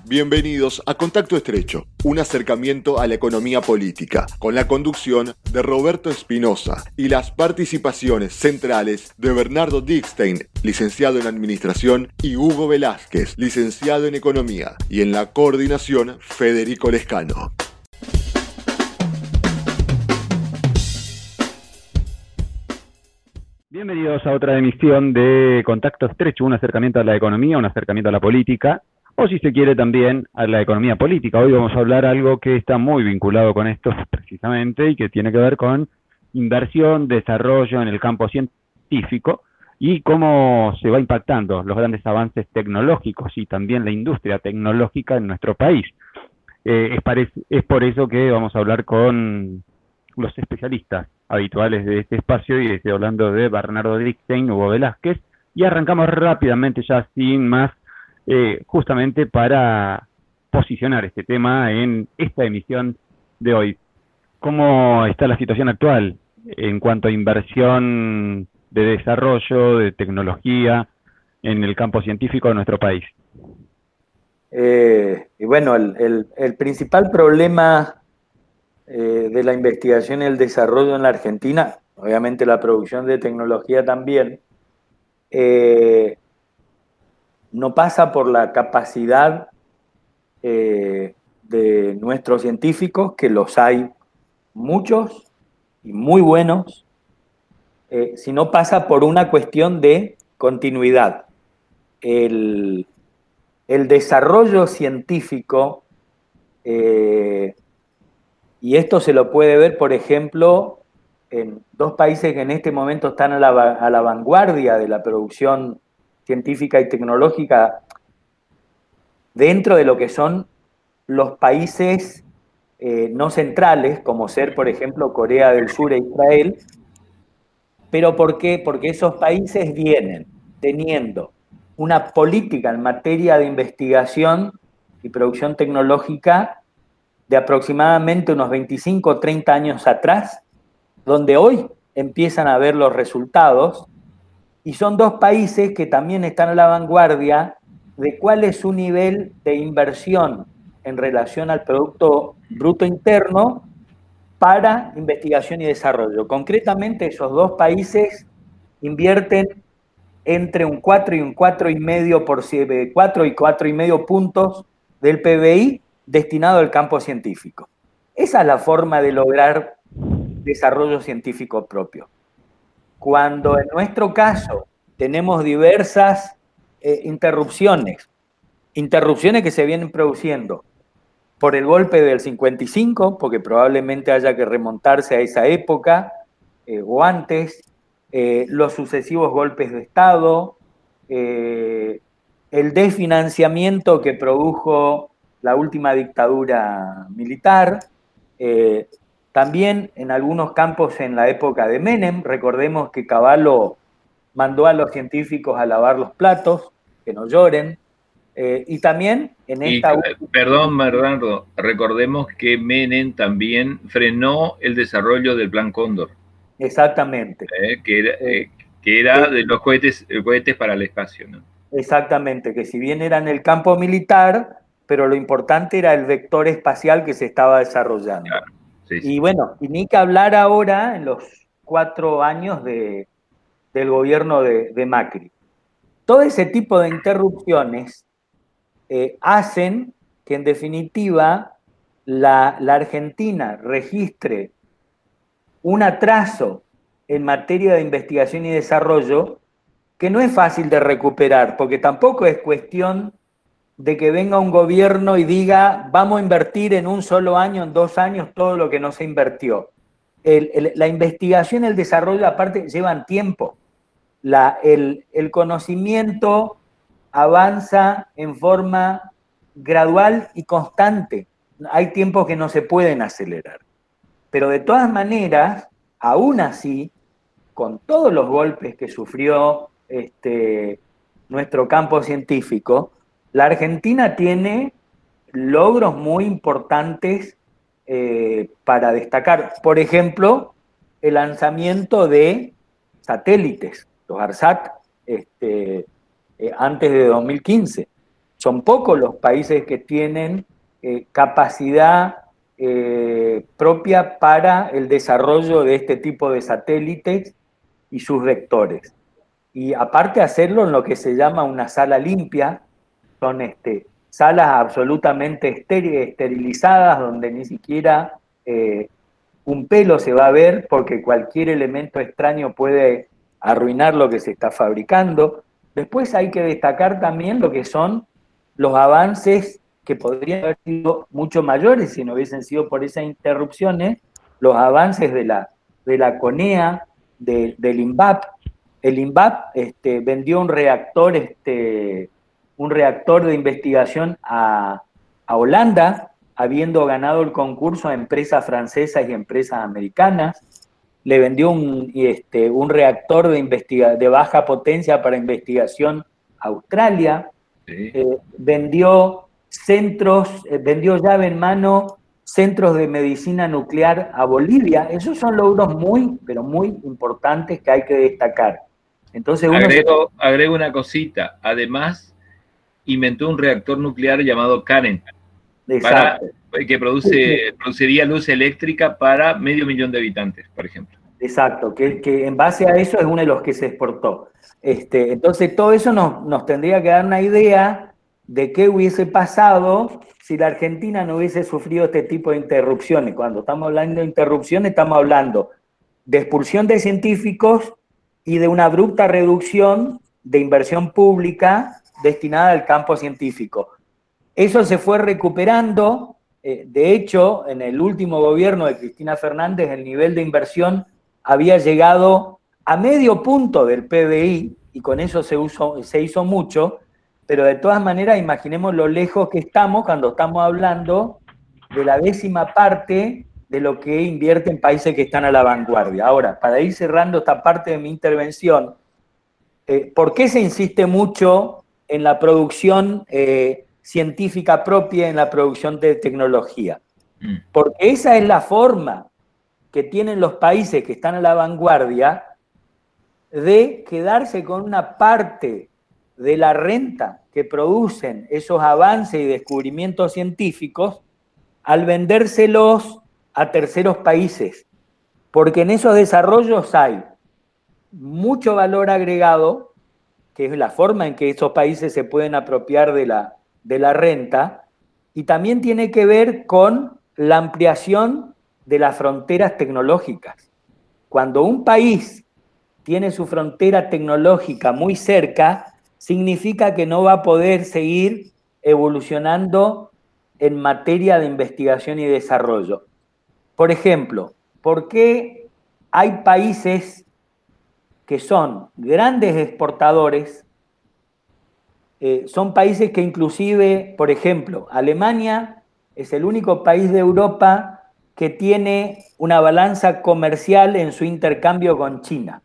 Bienvenidos a Contacto Estrecho, un acercamiento a la economía política, con la conducción de Roberto Espinosa y las participaciones centrales de Bernardo Dickstein, licenciado en Administración, y Hugo Velázquez, licenciado en Economía, y en la coordinación Federico Lescano. Bienvenidos a otra emisión de Contacto Estrecho, un acercamiento a la economía, un acercamiento a la política, o si se quiere también a la economía política. Hoy vamos a hablar algo que está muy vinculado con esto precisamente y que tiene que ver con inversión, desarrollo en el campo científico y cómo se va impactando los grandes avances tecnológicos y también la industria tecnológica en nuestro país. Es por eso que vamos a hablar con los especialistas habituales de este espacio, y estoy hablando de Bernardo Dickstein, Hugo Velázquez, y arrancamos rápidamente ya sin más, justamente para posicionar este tema en esta emisión de hoy. ¿Cómo está la situación actual en cuanto a inversión de desarrollo, de tecnología en el campo científico de nuestro país? Y bueno, el principal problema de la investigación y el desarrollo en la Argentina, obviamente la producción de tecnología también, no pasa por la capacidad de nuestros científicos, que los hay muchos y muy buenos, sino pasa por una cuestión de continuidad. El desarrollo científico, y esto se lo puede ver, por ejemplo, en dos países que en este momento están a la vanguardia de la producción científica y tecnológica dentro de lo que son los países no centrales, como ser, por ejemplo, Corea del Sur e Israel. ¿Pero por qué? Porque esos países vienen teniendo una política en materia de investigación y producción tecnológica de aproximadamente unos 25 o 30 años atrás, donde hoy empiezan a ver los resultados, y son dos países que también están a la vanguardia de cuál es su nivel de inversión en relación al Producto Bruto Interno para investigación y desarrollo. Concretamente, esos dos países invierten entre un 4 y un 4,5%, 4 y 4,5 puntos del PBI destinado al campo científico. Esa es la forma de lograr desarrollo científico propio. Cuando en nuestro caso tenemos diversas interrupciones que se vienen produciendo por el golpe del 55, porque probablemente haya que remontarse a esa época o antes, los sucesivos golpes de Estado, el desfinanciamiento que produjo la última dictadura militar, también en algunos campos en la época de Menem. Recordemos que Cavallo mandó a los científicos a lavar los platos, que no lloren, y también en esta... Perdón, Bernardo, recordemos que Menem también frenó el desarrollo del Plan Cóndor. Exactamente. Que era de los cohetes para el espacio, ¿no? Exactamente, que si bien era en el campo militar, pero lo importante era el vector espacial que se estaba desarrollando. Claro, sí. Y bueno, y ni que hablar ahora en los 4 años del gobierno de Macri. Todo ese tipo de interrupciones hacen que en definitiva la Argentina registre un atraso en materia de investigación y desarrollo que no es fácil de recuperar, porque tampoco es cuestión de que venga un gobierno y diga vamos a invertir en un solo año, en 2 años, todo lo que no se invirtió. La investigación y el desarrollo aparte llevan tiempo. El conocimiento avanza en forma gradual y constante. Hay tiempos que no se pueden acelerar. Pero de todas maneras, aún así, con todos los golpes que sufrió nuestro campo científico, la Argentina tiene logros muy importantes para destacar. Por ejemplo, el lanzamiento de satélites, los ARSAT, antes de 2015. son pocos los países que tienen capacidad propia para el desarrollo de este tipo de satélites y sus vectores. Y aparte hacerlo en lo que se llama una sala limpia, son salas absolutamente esterilizadas, donde ni siquiera un pelo se va a ver, porque cualquier elemento extraño puede arruinar lo que se está fabricando. Después hay que destacar también lo que son los avances que podrían haber sido mucho mayores si no hubiesen sido por esas interrupciones, los avances de la CONEA, del INVAP. El INVAP vendió un reactor de investigación a Holanda, habiendo ganado el concurso a empresas francesas y empresas americanas. Le vendió un reactor de baja potencia para investigación a Australia. Sí. Vendió llave en mano centros de medicina nuclear a Bolivia. Esos son logros muy, pero muy importantes que hay que destacar. Entonces agrego una cosita. Además, inventó un reactor nuclear llamado Karen, que produciría luz eléctrica para 500.000 de habitantes, por ejemplo. Exacto, que en base a eso es uno de los que se exportó. Entonces, todo eso nos tendría que dar una idea de qué hubiese pasado si la Argentina no hubiese sufrido este tipo de interrupciones. Cuando estamos hablando de interrupciones, estamos hablando de expulsión de científicos y de una abrupta reducción de inversión pública destinada al campo científico. Eso se fue recuperando. De hecho, en el último gobierno de Cristina Fernández, el nivel de inversión había llegado a medio punto del PBI, y con eso se hizo mucho, pero de todas maneras imaginemos lo lejos que estamos cuando estamos hablando de la 10ª parte de lo que invierten países que están a la vanguardia. Ahora, para ir cerrando esta parte de mi intervención, ¿por qué se insiste mucho en la producción científica propia, en la producción de tecnología? Porque esa es la forma que tienen los países que están a la vanguardia de quedarse con una parte de la renta que producen esos avances y descubrimientos científicos al vendérselos a terceros países, porque en esos desarrollos hay mucho valor agregado, que es la forma en que esos países se pueden apropiar de la renta, y también tiene que ver con la ampliación de las fronteras tecnológicas. Cuando un país tiene su frontera tecnológica muy cerca, significa que no va a poder seguir evolucionando en materia de investigación y desarrollo. Por ejemplo, ¿por qué hay países que son grandes exportadores? Son países que inclusive, por ejemplo, Alemania es el único país de Europa que tiene una balanza comercial en su intercambio con China.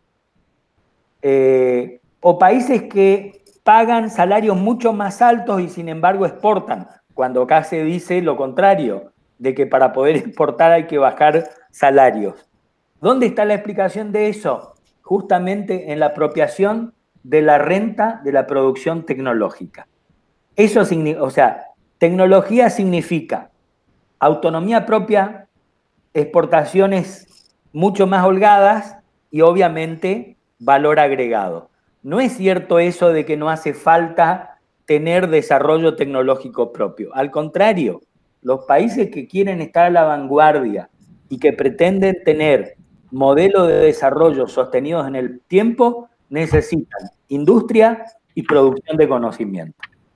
O países que pagan salarios mucho más altos y sin embargo exportan, cuando acá se dice lo contrario, de que para poder exportar hay que bajar salarios. ¿Dónde está la explicación de eso? Justamente en la apropiación de la renta de la producción tecnológica. Eso significa, o sea, tecnología significa autonomía propia, exportaciones mucho más holgadas y obviamente valor agregado. No es cierto eso de que no hace falta tener desarrollo tecnológico propio. Al contrario, los países que quieren estar a la vanguardia y que pretenden tener modelos de desarrollo sostenidos en el tiempo necesitan industria y producción de conocimiento.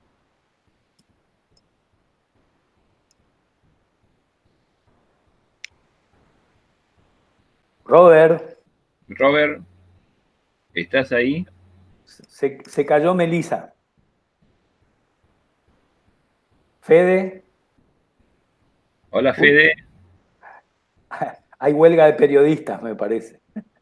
Robert, ¿estás ahí? Se cayó Melissa. Fede. Hola, Fede. Hay huelga de periodistas, me parece.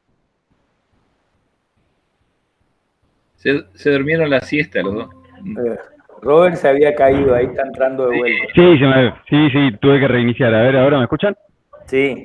Se durmieron la siesta los dos. Robert se había caído, ahí está entrando de vuelta. Sí, tuve que reiniciar. A ver, ¿ahora me escuchan? Sí.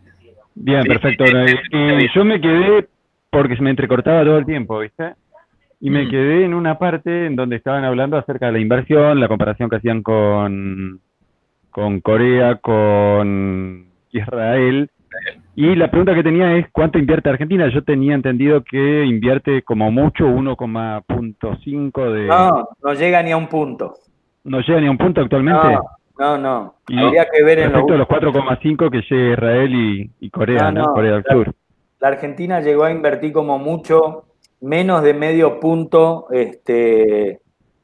Bien, sí, perfecto. Yo me quedé porque se me entrecortaba todo el tiempo, ¿viste? y me quedé en una parte en donde estaban hablando acerca de la inversión, la comparación que hacían con Corea, con Israel. Y la pregunta que tenía es, ¿cuánto invierte Argentina? Yo tenía entendido que invierte como mucho 1,5 de... No llega ni a un punto. ¿No llega ni a un punto actualmente? No. Habría que ver en respecto a los 4,5 que llega Israel y Corea, ¿no? Corea del Sur. La Argentina llegó a invertir como mucho menos de medio punto del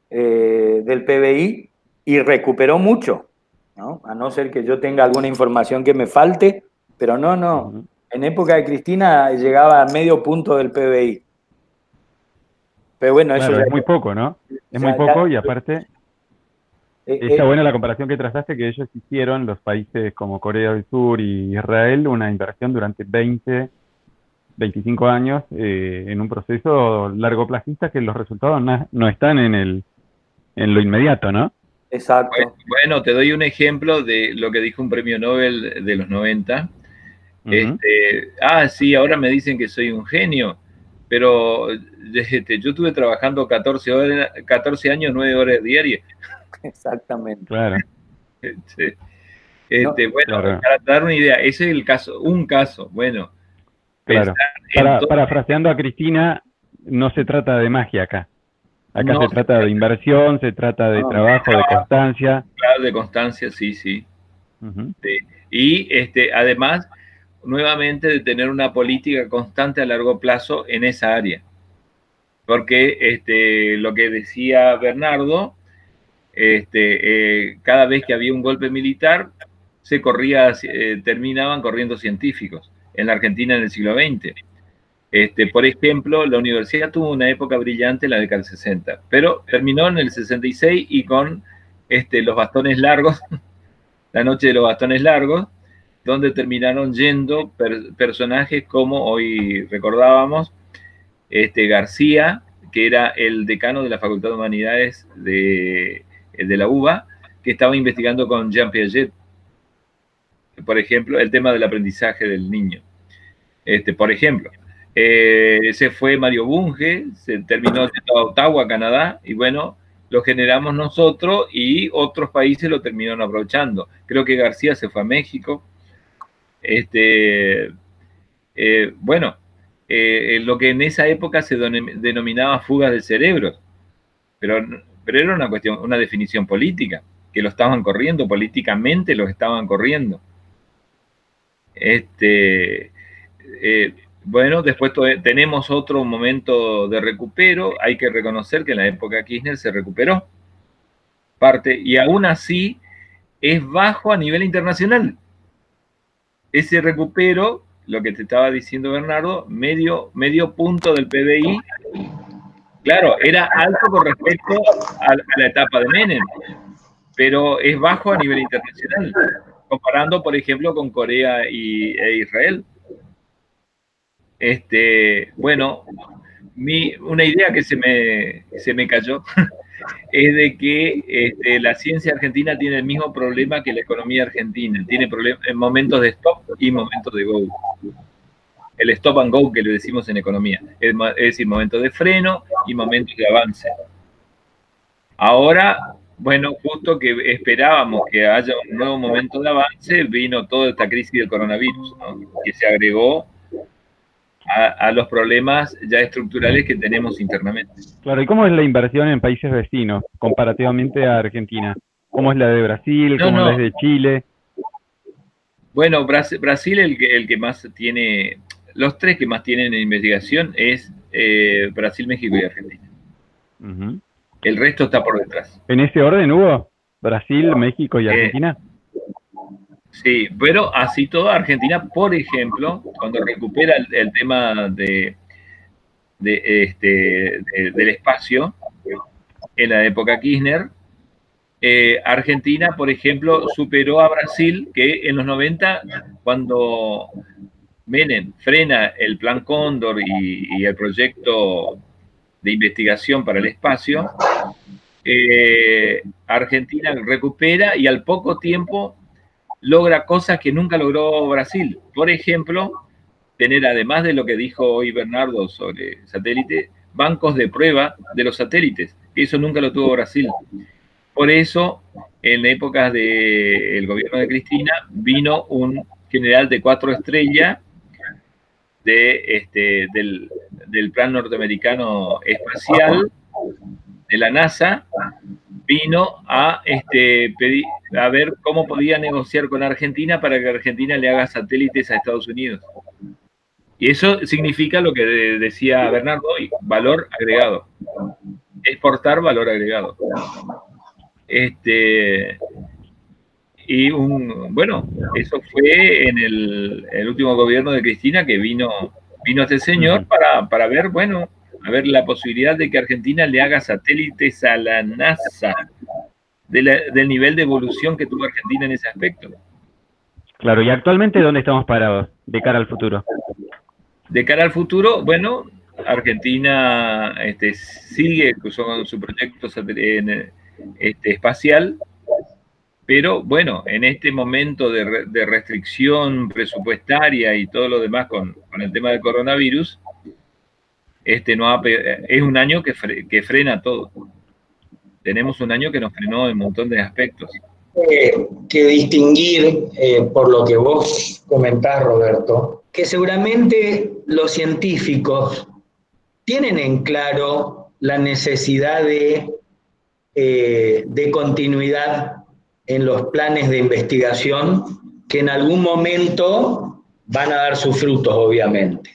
PBI y recuperó mucho, ¿no? A no ser que yo tenga alguna información que me falte, pero no. Uh-huh. En época de Cristina llegaba a medio punto del PBI. Pero bueno, claro, eso es muy poco, ¿no? Es muy poco y aparte... Está buena la comparación que trazaste, que ellos hicieron, los países como Corea del Sur y Israel, una inversión durante 25 años en un proceso largoplacista que los resultados no están en lo inmediato, ¿no? Exacto. Bueno, te doy un ejemplo de lo que dijo un premio Nobel de los 90. Uh-huh. Sí, ahora me dicen que soy un genio, pero yo estuve trabajando 14 años, 9 horas diarias. Exactamente. Claro. Bueno, claro. Para dar una idea, ese es el caso, un caso, bueno. Claro. Parafraseando a Cristina, no se trata de magia acá. Acá no se trata de inversión, se trata de trabajo, de constancia. Claro, de constancia, sí. Uh-huh. Sí. Y además, nuevamente, de tener una política constante a largo plazo en esa área. Porque lo que decía Bernardo, cada vez que había un golpe militar, terminaban corriendo científicos en la Argentina en el siglo XX. Por ejemplo, la universidad tuvo una época brillante en la década del 60, pero terminó en el 66 y con los bastones largos, la noche de los bastones largos, donde terminaron yendo personajes como hoy recordábamos, García, que era el decano de la Facultad de Humanidades de la UBA, que estaba investigando con Jean Piaget, por ejemplo, el tema del aprendizaje del niño. Por ejemplo, ese fue Mario Bunge, se terminó en Ottawa, Canadá, y bueno, lo generamos nosotros y otros países lo terminaron aprovechando. Creo que García se fue a México. Lo que en esa época se denominaba fugas de cerebros, pero era una definición política, que lo estaban corriendo, políticamente lo estaban corriendo. Bueno, después tenemos otro momento de recupero. Hay que reconocer que en la época de Kirchner se recuperó parte, y aún así es bajo a nivel internacional. Ese recupero, lo que te estaba diciendo Bernardo, medio punto del PBI, claro, era alto con respecto a la etapa de Menem, pero es bajo a nivel internacional, comparando, por ejemplo, con Corea e Israel. Bueno, una idea que se me cayó es de que la ciencia argentina tiene el mismo problema que la economía argentina. Tiene momentos de stop y momentos de go. El stop and go que le decimos en economía. Es decir, momentos de freno y momentos de avance. Ahora, bueno, justo que esperábamos que haya un nuevo momento de avance, vino toda esta crisis del coronavirus, ¿no? Que se agregó a los problemas ya estructurales que tenemos internamente. Claro, ¿y cómo es la inversión en países vecinos comparativamente a Argentina? ¿Cómo es la de Brasil? ¿Cómo es la de Chile? Bueno, Brasil el que más tiene, los tres que más tienen en investigación es Brasil, México y Argentina. Uh-huh. El resto está por detrás. ¿En ese orden hubo? ¿Brasil, México y Argentina? Sí, pero así todo, Argentina, por ejemplo, cuando recupera el tema del espacio en la época Kirchner, Argentina, por ejemplo, superó a Brasil, que en los 90, cuando Menem frena el Plan Cóndor y el proyecto de investigación para el espacio, Argentina recupera y al poco tiempo logra cosas que nunca logró Brasil. Por ejemplo, tener, además de lo que dijo hoy Bernardo sobre satélite, bancos de prueba de los satélites, que eso nunca lo tuvo Brasil. Por eso, en épocas del gobierno de Cristina, vino un general de 4 estrellas del plan norteamericano espacial, de la NASA, vino a ver cómo podía negociar con Argentina para que Argentina le haga satélites a Estados Unidos. Y eso significa lo que decía Bernardo hoy, valor agregado. Exportar valor agregado. Y bueno, eso fue en el último gobierno de Cristina, que vino este señor para ver, bueno, a ver la posibilidad de que Argentina le haga satélites a la NASA, del nivel de evolución que tuvo Argentina en ese aspecto. Claro, y actualmente, ¿dónde estamos parados de cara al futuro? De cara al futuro, bueno, Argentina sigue con su proyecto espacial, pero bueno, en este momento de restricción presupuestaria y todo lo demás con el tema del coronavirus, es un año que frena todo. Tenemos un año que nos frenó en un montón de aspectos. Que distinguir, por lo que vos comentás, Roberto, que seguramente los científicos tienen en claro la necesidad de continuidad en los planes de investigación, que en algún momento van a dar sus frutos, obviamente.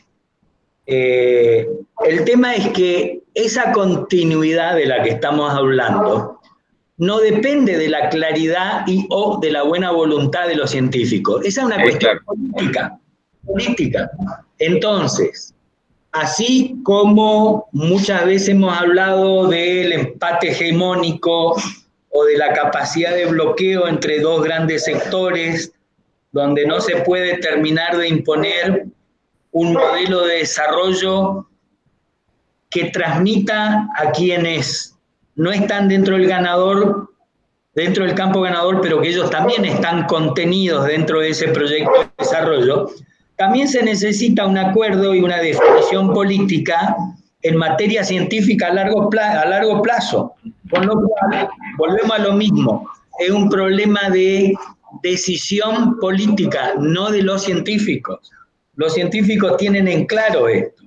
El tema es que esa continuidad de la que estamos hablando no depende de la claridad o de la buena voluntad de los científicos. Esa es una cuestión política. Entonces, así como muchas veces hemos hablado del empate hegemónico o de la capacidad de bloqueo entre dos grandes sectores, donde no se puede terminar de imponer un modelo de desarrollo que transmita a quienes no están dentro del campo ganador, pero que ellos también están contenidos dentro de ese proyecto de desarrollo, también se necesita un acuerdo y una definición política en materia científica a largo plazo. Con lo cual, volvemos a lo mismo, es un problema de decisión política, no de los científicos. Los científicos tienen en claro esto.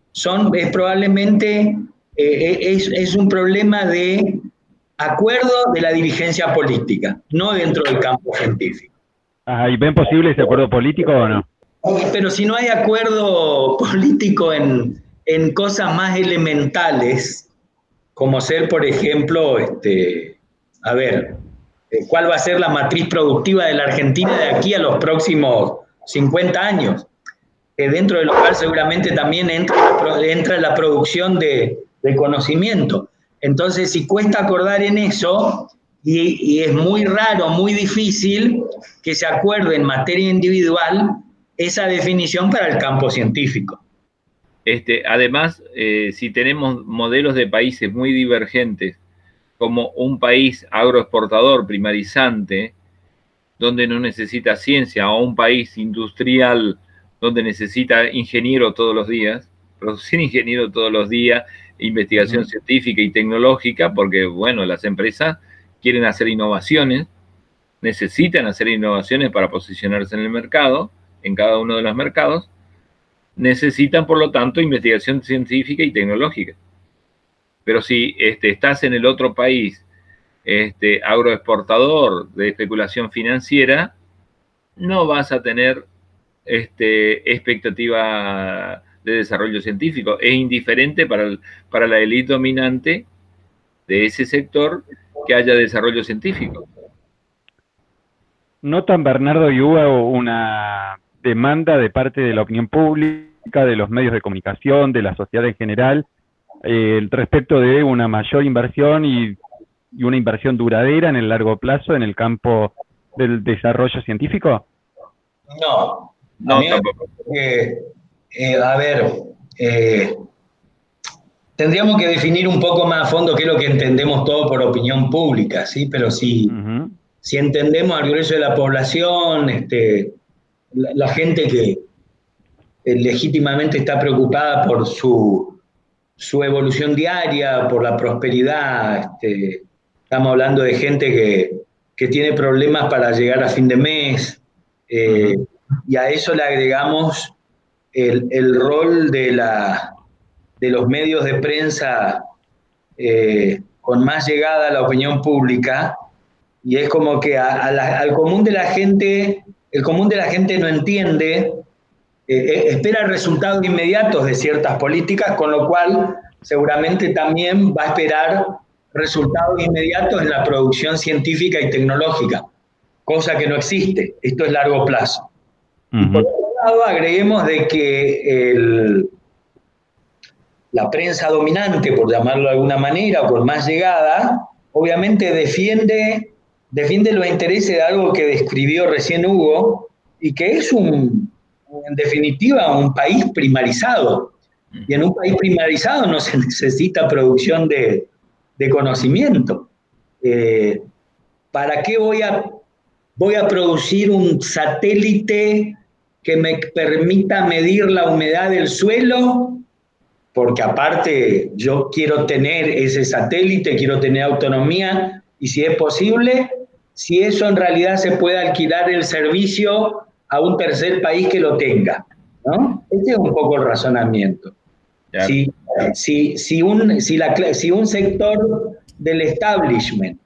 Es un problema de acuerdo de la dirigencia política, no dentro del campo científico. ¿Y ven posible ese acuerdo político o no? Pero si no hay acuerdo político en cosas más elementales, como ser, por ejemplo, ¿cuál va a ser la matriz productiva de la Argentina de aquí a los próximos 50 años? Dentro de lo cual seguramente también entra la producción de conocimiento. Entonces, si cuesta acordar en eso, y es muy raro, muy difícil que se acuerde en materia individual esa definición para el campo científico. Además, si tenemos modelos de países muy divergentes, como un país agroexportador, primarizante, donde no necesita ciencia, o un país industrial donde necesita ingeniero todos los días, producir ingeniero todos los días, investigación científica y tecnológica, porque, bueno, las empresas quieren hacer innovaciones, necesitan hacer innovaciones para posicionarse en el mercado, en cada uno de los mercados, necesitan, por lo tanto, investigación científica y tecnológica. Pero si estás en el otro país, agroexportador de especulación financiera, no vas a tener expectativa de desarrollo científico. Es indiferente para la élite dominante de ese sector que haya desarrollo científico. ¿Notan, Bernardo, y hubo una demanda de parte de la opinión pública, de los medios de comunicación, de la sociedad en general, respecto de una mayor inversión y una inversión duradera en el largo plazo en el campo del desarrollo científico? No, tampoco. Tendríamos que definir un poco más a fondo qué es lo que entendemos todo por opinión pública, ¿sí? Pero si entendemos al grueso de la población, la gente que legítimamente está preocupada por su su evolución diaria, por la prosperidad. Estamos hablando de gente que tiene problemas para llegar a fin de mes, y a eso le agregamos el rol de los medios de prensa con más llegada a la opinión pública, y es como que al común de la gente, el común de la gente no entiende, espera resultados inmediatos de ciertas políticas, con lo cual seguramente también va a esperar resultados inmediatos en la producción científica y tecnológica, cosa que no existe. Esto es largo plazo. Y por otro lado, agreguemos de que la prensa dominante, por llamarlo de alguna manera, o con más llegada, obviamente defiende los intereses de algo que describió recién Hugo, y que es en definitiva un país primarizado. Y en un país primarizado no se necesita producción de conocimiento. ¿Para qué voy a producir un satélite que me permita medir la humedad del suelo? Porque aparte yo quiero tener ese satélite, quiero tener autonomía, y si es posible, si eso en realidad se puede alquilar el servicio a un tercer país que lo tenga, ¿no? Este es un poco el razonamiento. Claro. Si un sector del establishment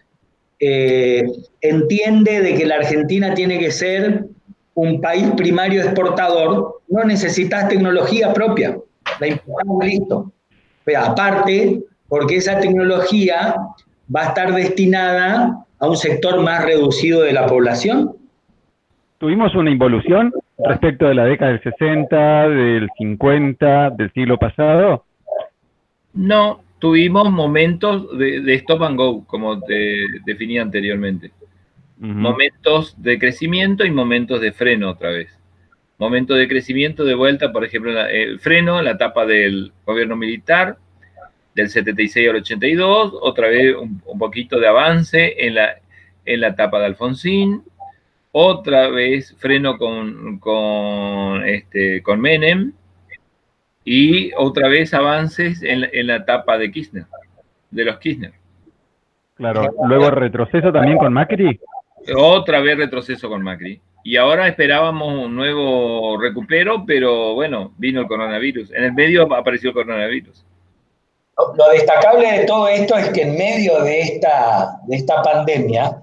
entiende de que la Argentina tiene que ser un país primario exportador, no necesitas tecnología propia, la importamos, listo. Pero aparte, porque esa tecnología va a estar destinada a un sector más reducido de la población. ¿Tuvimos una involución respecto de la década del 60, del 50, del siglo pasado? No, tuvimos momentos de stop and go, como te definí anteriormente. Momentos de crecimiento y momentos de freno otra vez. Momentos de crecimiento de vuelta, por ejemplo, el freno, la etapa del gobierno militar, del 76 al 82, otra vez un poquito de avance en la etapa de Alfonsín, otra vez freno con Menem, y otra vez avances en la etapa de Kirchner, de los Kirchner. Claro, luego retroceso también con Macri. Otra vez retroceso con Macri. Y ahora esperábamos un nuevo recupero, pero bueno, vino el coronavirus. En el medio apareció el coronavirus. Lo destacable de todo esto es que en medio de esta pandemia,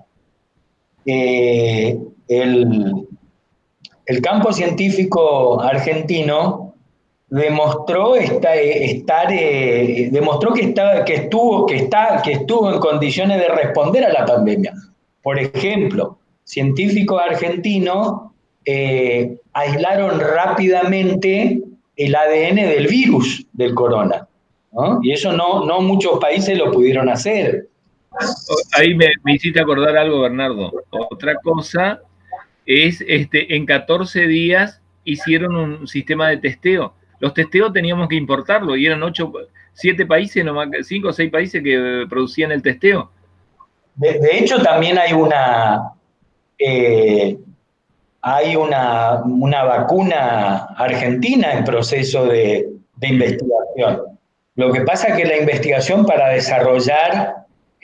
el campo científico argentino demostró que estuvo en condiciones de responder a la pandemia. Por ejemplo, científicos argentinos aislaron rápidamente el ADN del virus del corona, ¿no? Y eso no muchos países lo pudieron hacer. Ahí me hiciste acordar algo, Bernardo. Otra cosa es, en 14 días hicieron un sistema de testeo. Los testeos teníamos que importarlo y eran 7 países, nomás, 5 o 6 países que producían el testeo. De hecho, también hay una vacuna argentina en proceso de investigación. Lo que pasa es que la investigación para desarrollar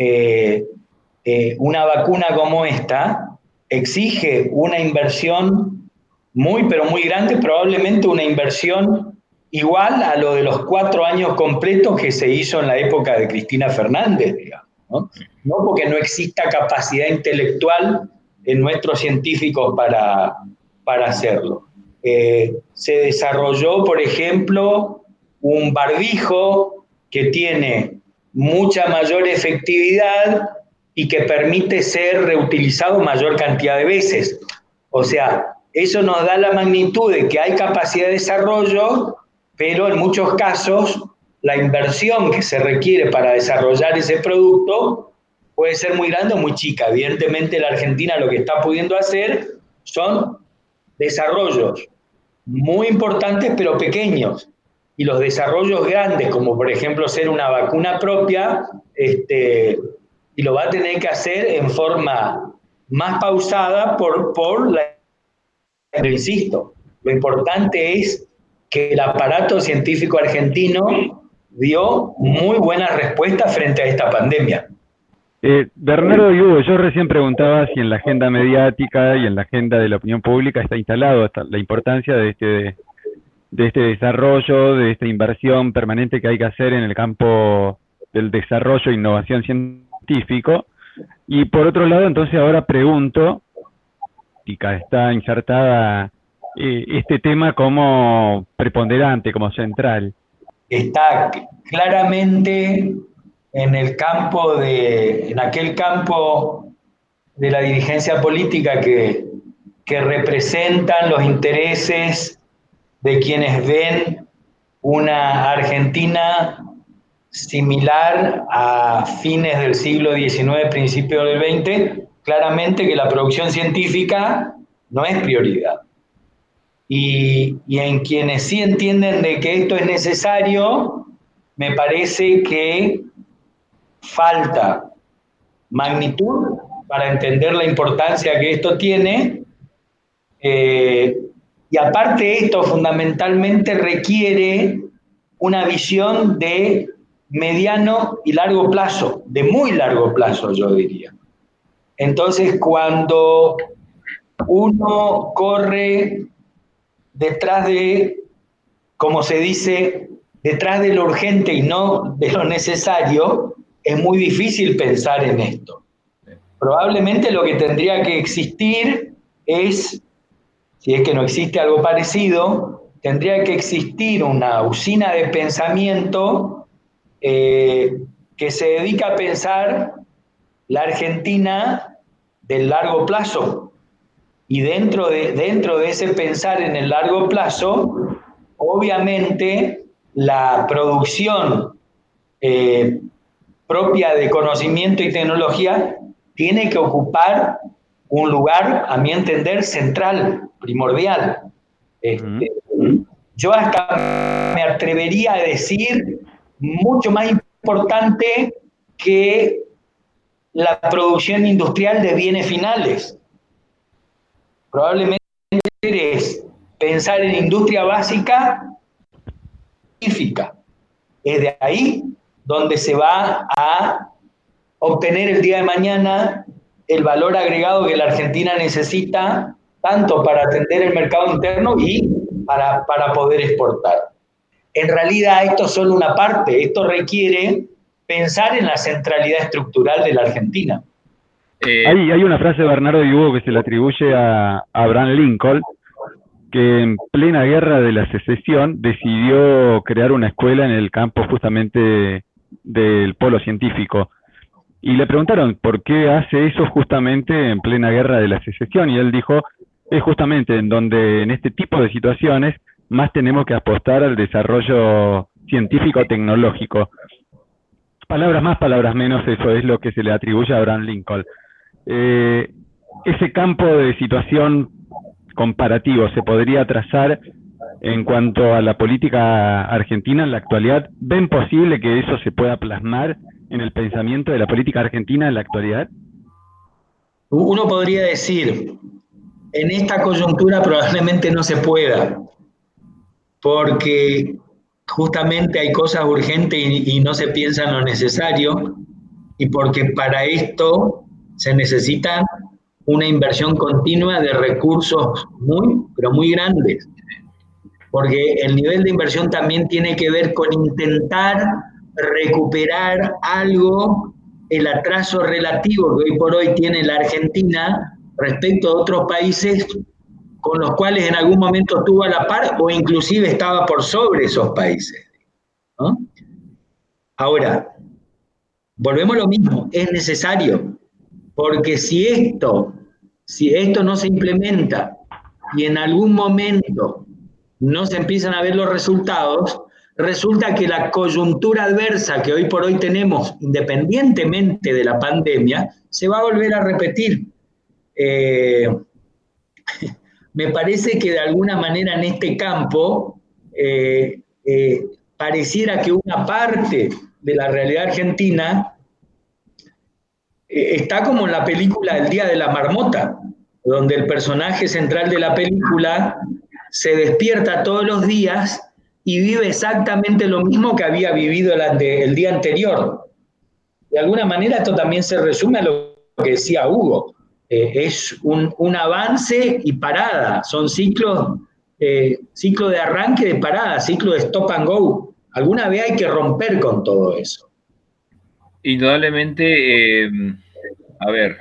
una vacuna como esta exige una inversión muy, pero muy grande, probablemente una inversión igual a lo de los 4 años completos que se hizo en la época de Cristina Fernández, digamos, ¿no? No porque no exista capacidad intelectual en nuestros científicos para hacerlo. Se desarrolló, por ejemplo, un barbijo que tiene mucha mayor efectividad y que permite ser reutilizado mayor cantidad de veces. O sea, eso nos da la magnitud de que hay capacidad de desarrollo, pero en muchos casos la inversión que se requiere para desarrollar ese producto puede ser muy grande o muy chica. Evidentemente la Argentina lo que está pudiendo hacer son desarrollos muy importantes pero pequeños. Y los desarrollos grandes, como por ejemplo ser una vacuna propia, y lo va a tener que hacer en forma más pausada pero insisto, lo importante es que el aparato científico argentino dio muy buena respuesta frente a esta pandemia. Bernardo y Hugo, yo recién preguntaba si en la agenda mediática y en la agenda de la opinión pública está instalado la importancia de este desarrollo, de esta inversión permanente que hay que hacer en el campo del desarrollo e innovación científico. Y por otro lado, entonces ahora pregunto, ¿está insertada este tema como preponderante, como central? Está claramente en aquel campo de la dirigencia política que representan los intereses de quienes ven una Argentina similar a fines del siglo XIX, principios del XX, claramente que la producción científica no es prioridad. Y en quienes sí entienden de que esto es necesario, me parece que falta magnitud para entender la importancia que esto tiene, y aparte esto fundamentalmente requiere una visión de mediano y largo plazo, de muy largo plazo yo diría. Entonces cuando uno corre detrás de, como se dice, detrás de lo urgente y no de lo necesario, es muy difícil pensar en esto. Probablemente lo que tendría que existir es, si es que no existe algo parecido, tendría que existir una usina de pensamiento que se dedica a pensar la Argentina del largo plazo. Y dentro de ese pensar en el largo plazo, obviamente la producción propia de conocimiento y tecnología tiene que ocupar un lugar, a mi entender, central, primordial. Yo hasta me atrevería a decir mucho más importante que la producción industrial de bienes finales. Probablemente es pensar en industria básica científica. Es de ahí donde se va a obtener el día de mañana el valor agregado que la Argentina necesita, tanto para atender el mercado interno y para poder exportar. En realidad esto es solo una parte, esto requiere pensar en la centralidad estructural de la Argentina. Hay una frase de Bernardo y Hugo que se le atribuye a Abraham Lincoln, que en plena guerra de la secesión decidió crear una escuela en el campo justamente del polo científico. Y le preguntaron por qué hace eso justamente en plena guerra de la secesión, y él dijo, es justamente en donde en este tipo de situaciones más tenemos que apostar al desarrollo científico-tecnológico. Palabras más, palabras menos, eso es lo que se le atribuye a Abraham Lincoln. Ese campo de situación comparativo se podría trazar en cuanto a la política argentina en la actualidad. ¿Ven posible que eso se pueda plasmar en el pensamiento de la política argentina en la actualidad? Uno podría decir, en esta coyuntura probablemente no se pueda, porque justamente hay cosas urgentes y no se piensa en lo necesario, y porque para esto se necesita una inversión continua de recursos pero muy grandes, porque el nivel de inversión también tiene que ver con intentar recuperar algo, el atraso relativo que hoy por hoy tiene la Argentina respecto a otros países con los cuales en algún momento estuvo a la par o inclusive estaba por sobre esos países, ¿no? Ahora, volvemos a lo mismo, es necesario, porque si esto no se implementa y en algún momento no se empiezan a ver los resultados, resulta que la coyuntura adversa que hoy por hoy tenemos, independientemente de la pandemia, se va a volver a repetir. Me parece que de alguna manera en este campo pareciera que una parte de la realidad argentina está como en la película El Día de la Marmota, donde el personaje central de la película se despierta todos los días y vive exactamente lo mismo que había vivido el día anterior. De alguna manera esto también se resume a lo que decía Hugo. Es un avance y parada, son ciclos de arranque y de parada, ciclo de stop and go. Alguna vez hay que romper con todo eso. Indudablemente, a ver,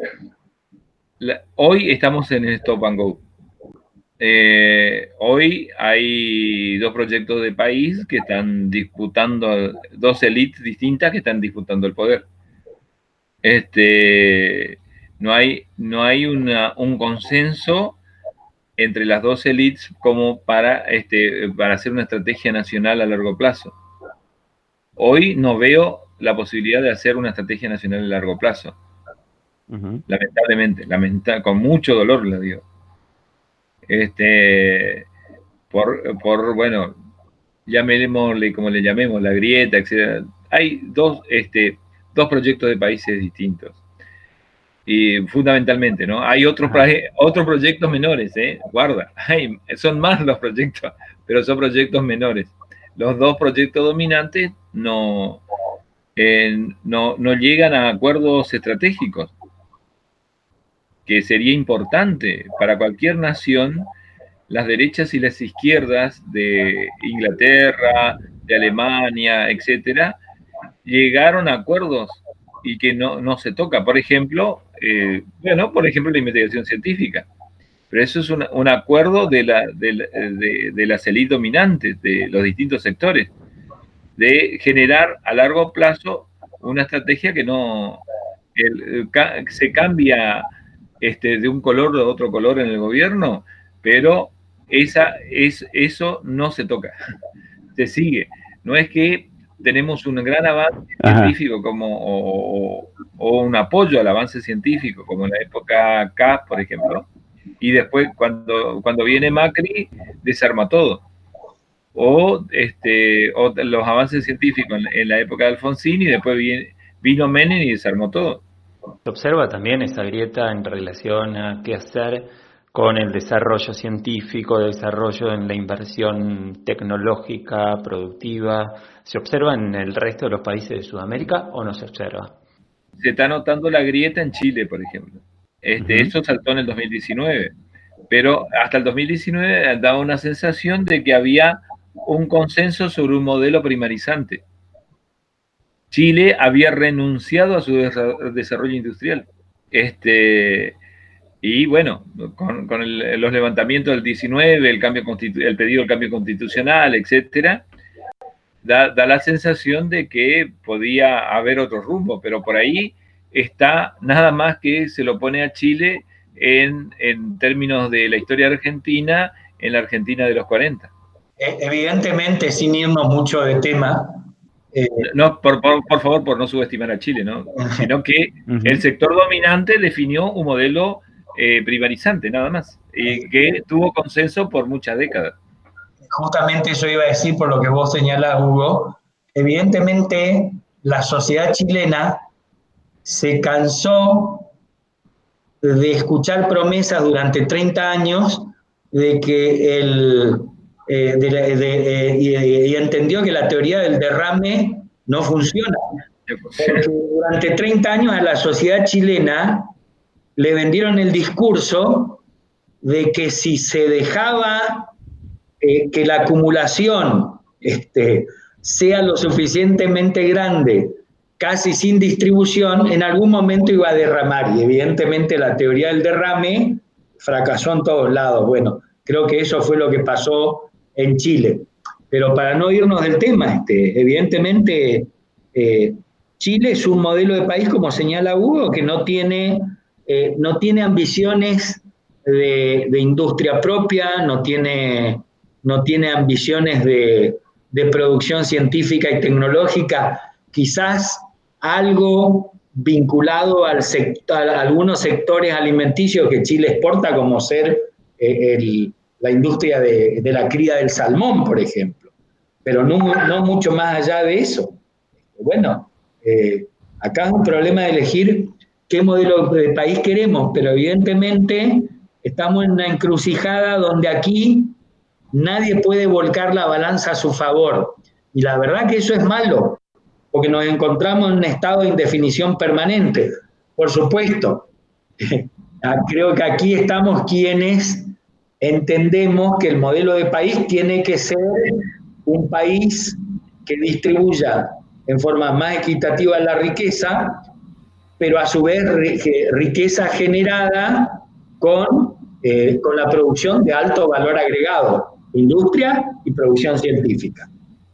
hoy estamos en el stop and go. Hoy hay dos proyectos de país que están disputando, dos élites distintas que están disputando el poder. No hay un consenso entre las dos élites como para hacer una estrategia nacional a largo plazo. Hoy no veo la posibilidad de hacer una estrategia nacional a largo plazo. Lamentablemente, con mucho dolor lo digo. Bueno, llamémosle como le llamemos, la grieta, etc. Hay dos proyectos de países distintos. Y fundamentalmente, ¿no? Hay otros proyectos menores, guarda, son más los proyectos, pero son proyectos menores. Los dos proyectos dominantes no llegan a acuerdos estratégicos, que sería importante para cualquier nación. Las derechas y las izquierdas de Inglaterra, de Alemania, etcétera, llegaron a acuerdos y que no se toca. Por ejemplo, la investigación científica. Pero eso es un acuerdo de las élites dominantes, de los distintos sectores, de generar a largo plazo una estrategia que se cambia de un color a otro color en el gobierno, pero eso no se toca, se sigue. No es que tenemos un gran avance científico o un apoyo al avance científico, como en la época K, por ejemplo, y después cuando viene Macri, desarma todo. O los avances científicos en la época de Alfonsín, y después vino Menem y desarmó todo. Se observa también esa grieta en relación a qué hacer con el desarrollo científico, desarrollo en la inversión tecnológica, productiva. ¿Se observa en el resto de los países de Sudamérica o no se observa? Se está notando la grieta en Chile, por ejemplo. Eso saltó en el 2019, pero hasta el 2019 daba una sensación de que había un consenso sobre un modelo primarizante. Chile había renunciado a su desarrollo industrial. Y bueno, con los levantamientos del 19, el pedido del cambio constitucional, etcétera, da la sensación de que podía haber otro rumbo, pero por ahí está nada más que se lo pone a Chile en términos de la historia argentina, en la Argentina de los 40. Evidentemente, sin irnos mucho de tema. No, por favor, por no subestimar a Chile, ¿no? Sino que el sector dominante definió un modelo primarizante, nada más, que tuvo consenso por muchas décadas. Justamente eso iba a decir por lo que vos señalás, Hugo. Evidentemente, la sociedad chilena se cansó de escuchar promesas durante 30 años de que y entendió que la teoría del derrame no funciona. Porque durante 30 años a la sociedad chilena le vendieron el discurso de que si se dejaba que la acumulación sea lo suficientemente grande, casi sin distribución, en algún momento iba a derramar. Y evidentemente la teoría del derrame fracasó en todos lados. Bueno, creo que eso fue lo que pasó en Chile. Pero para no irnos del tema, evidentemente Chile es un modelo de país, como señala Hugo, que no tiene ambiciones de industria propia, no tiene ambiciones de producción científica y tecnológica, quizás algo vinculado a algunos sectores alimenticios que Chile exporta, como ser la industria de la cría del salmón, por ejemplo, pero no mucho más allá de eso. Bueno, acá es un problema de elegir qué modelo de país queremos, pero evidentemente estamos en una encrucijada donde aquí nadie puede volcar la balanza a su favor. Y la verdad que eso es malo, porque nos encontramos en un estado de indefinición permanente. Por supuesto, creo que aquí estamos quienes entendemos que el modelo de país tiene que ser un país que distribuya en forma más equitativa la riqueza, pero a su vez riqueza generada con la producción de alto valor agregado, industria y producción científica.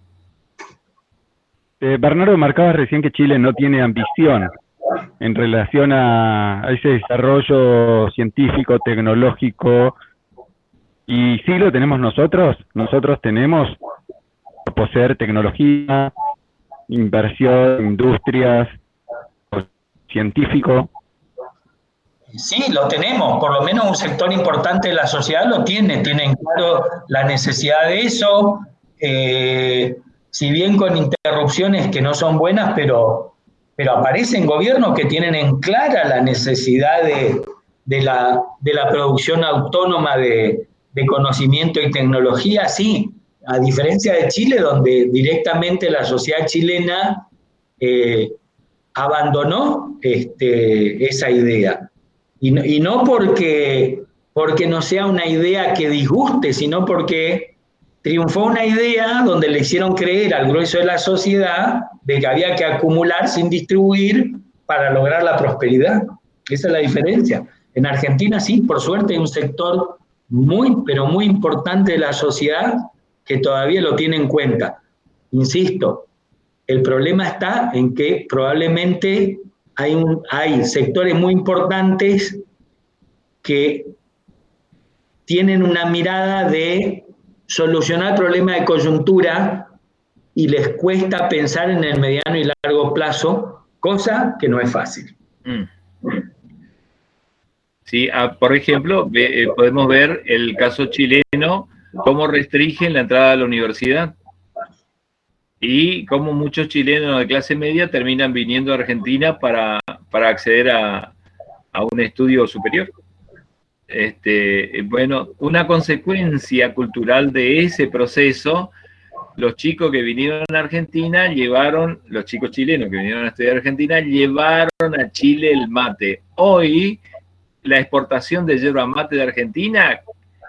Bernardo, marcabas recién que Chile no tiene ambición en relación a ese desarrollo científico, tecnológico, y sí lo tenemos nosotros. Nosotros tenemos poseer tecnología, inversión, industrias, científico. Sí, lo tenemos, por lo menos un sector importante de la sociedad lo tiene en claro la necesidad de eso, si bien con interrupciones que no son buenas, pero aparecen gobiernos que tienen en clara la necesidad de la producción autónoma de conocimiento y tecnología, sí, a diferencia de Chile, donde directamente la sociedad chilena abandonó esa idea. Y no porque no sea una idea que disguste, sino porque triunfó una idea donde le hicieron creer al grueso de la sociedad de que había que acumular sin distribuir para lograr la prosperidad. Esa es la diferencia. En Argentina sí, por suerte hay un sector muy, pero muy importante de la sociedad que todavía lo tiene en cuenta. Insisto, el problema está en que probablemente hay sectores muy importantes que tienen una mirada de solucionar problemas de coyuntura y les cuesta pensar en el mediano y largo plazo, cosa que no es fácil. Sí, por ejemplo, podemos ver el caso chileno, cómo restringen la entrada a la universidad y cómo muchos chilenos de clase media terminan viniendo a Argentina para acceder a un estudio superior. Bueno, una consecuencia cultural de ese proceso, los chicos que vinieron a Argentina los chicos chilenos que vinieron a estudiar a Argentina llevaron a Chile el mate. Hoy, la exportación de yerba mate de Argentina,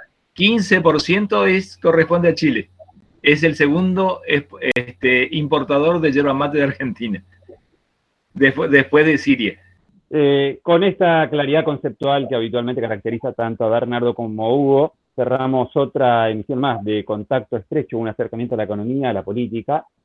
15% corresponde a Chile. Es el segundo importador de yerba mate de Argentina, después de Siria. Con esta claridad conceptual que habitualmente caracteriza tanto a Bernardo como a Hugo, cerramos otra emisión más de Contacto Estrecho, un acercamiento a la economía, a la política.